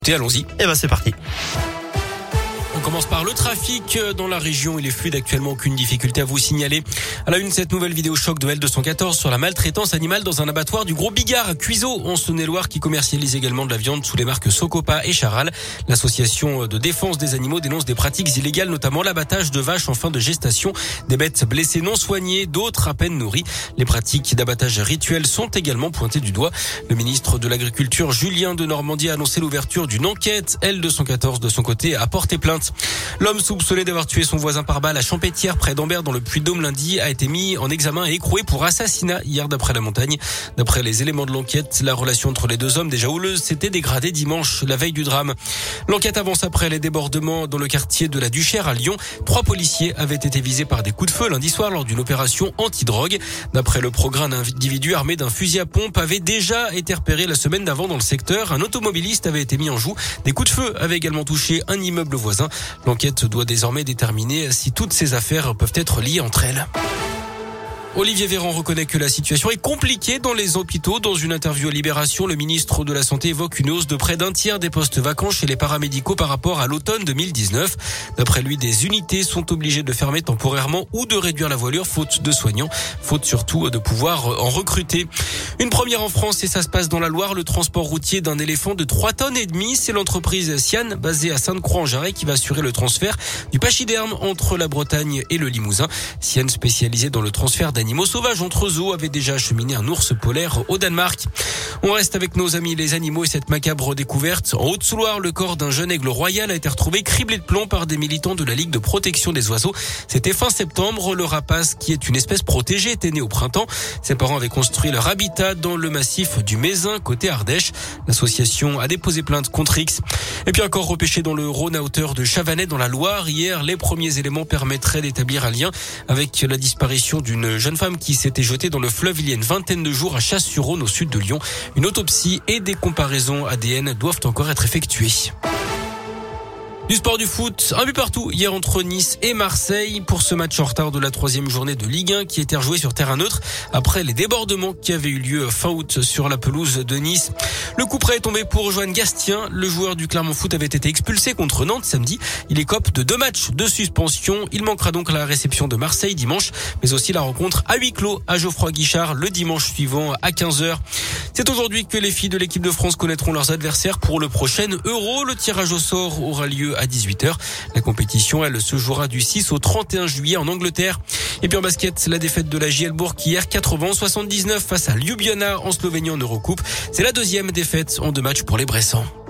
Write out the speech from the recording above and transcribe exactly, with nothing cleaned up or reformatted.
Et allons-y. Et ben c'est parti. On commence par le trafic dans la région. Il est fluide actuellement, aucune difficulté à vous signaler. À la une, cette nouvelle vidéo choc de L deux cent quatorze sur la maltraitance animale dans un abattoir du Gros Bigard à Cuiseaux, en Saône-et-Loire, qui commercialise également de la viande sous les marques Socopa et Charal. L'association de défense des animaux dénonce des pratiques illégales, notamment l'abattage de vaches en fin de gestation, des bêtes blessées non soignées, d'autres à peine nourries. Les pratiques d'abattage rituel sont également pointées du doigt. Le ministre de l'Agriculture, Julien Denormandie, a annoncé l'ouverture d'une enquête. L deux cent quatorze, de son côté, a porté plainte. L'homme soupçonné d'avoir tué son voisin par balle à Champétière, près d'Ambert, dans le Puy-de-Dôme, lundi, a été mis en examen et écroué pour assassinat hier d'après la montagne. D'après les éléments de l'enquête, la relation entre les deux hommes, déjà houleuse, s'était dégradée dimanche, la veille du drame. L'enquête avance après les débordements dans le quartier de la Duchère à Lyon. Trois policiers avaient été visés par des coups de feu lundi soir lors d'une opération anti-drogue. D'après le progrès, un individu armé d'un fusil à pompe avait déjà été repéré la semaine d'avant dans le secteur. Un automobiliste avait été mis en joue. Des coups de feu avaient également touché un immeuble voisin. L'enquête doit désormais déterminer si toutes ces affaires peuvent être liées entre elles. Olivier Véran reconnaît que la situation est compliquée dans les hôpitaux. Dans une interview à Libération, le ministre de la Santé évoque une hausse de près d'un tiers des postes vacants chez les paramédicaux par rapport à l'automne deux mille dix-neuf. D'après lui, des unités sont obligées de fermer temporairement ou de réduire la voilure, faute de soignants, faute surtout de pouvoir en recruter. Une première en France, et ça se passe dans la Loire, le transport routier d'un éléphant de trois tonnes et demie. C'est l'entreprise Sian, basée à Sainte-Croix-en-Jarret, qui va assurer le transfert du pachyderme entre la Bretagne et le Limousin. Sian, spécialisée dans le transfert d'animaux sauvages entre zoos, avait déjà acheminé un ours polaire au Danemark. On reste avec nos amis les animaux et cette macabre découverte. En Haute-Loire, le corps d'un jeune aigle royal a été retrouvé criblé de plomb par des militants de la Ligue de protection des oiseaux. C'était fin septembre. Le rapace, qui est une espèce protégée, était né au printemps. Ses parents avaient construit leur habitat dans le massif du Mézin, côté Ardèche. L'association a déposé plainte contre X. Et puis encore repêché dans le Rhône à hauteur de Chavanais dans la Loire. Hier, les premiers éléments permettraient d'établir un lien avec la disparition d'une jeune femme qui s'était jetée dans le fleuve il y a une vingtaine de jours à Chasse-sur-Rhône, au sud de Lyon. Une autopsie et des comparaisons A D N doivent encore être effectuées. Du sport, du foot, un but partout hier entre Nice et Marseille pour ce match en retard de la troisième journée de Ligue un qui était rejoué sur terrain neutre après les débordements qui avaient eu lieu fin août sur la pelouse de Nice. Le coup près est tombé pour Joanne Gastien. Le joueur du Clermont Foot avait été expulsé contre Nantes samedi. Il écope de deux matchs de suspension. Il manquera donc la réception de Marseille dimanche, mais aussi la rencontre à huis clos à Geoffroy Guichard le dimanche suivant à quinze heures. C'est aujourd'hui que les filles de l'équipe de France connaîtront leurs adversaires pour le prochain Euro. Le tirage au sort aura lieu à dix-huit heures. La compétition, elle, se jouera du six au trente et un juillet en Angleterre. Et puis en basket, la défaite de la J L Bourg hier quatre-vingts à soixante-dix-neuf face à Ljubljana en Slovénie en Eurocoupe. C'est la deuxième défaite en deux matchs pour les Bressans.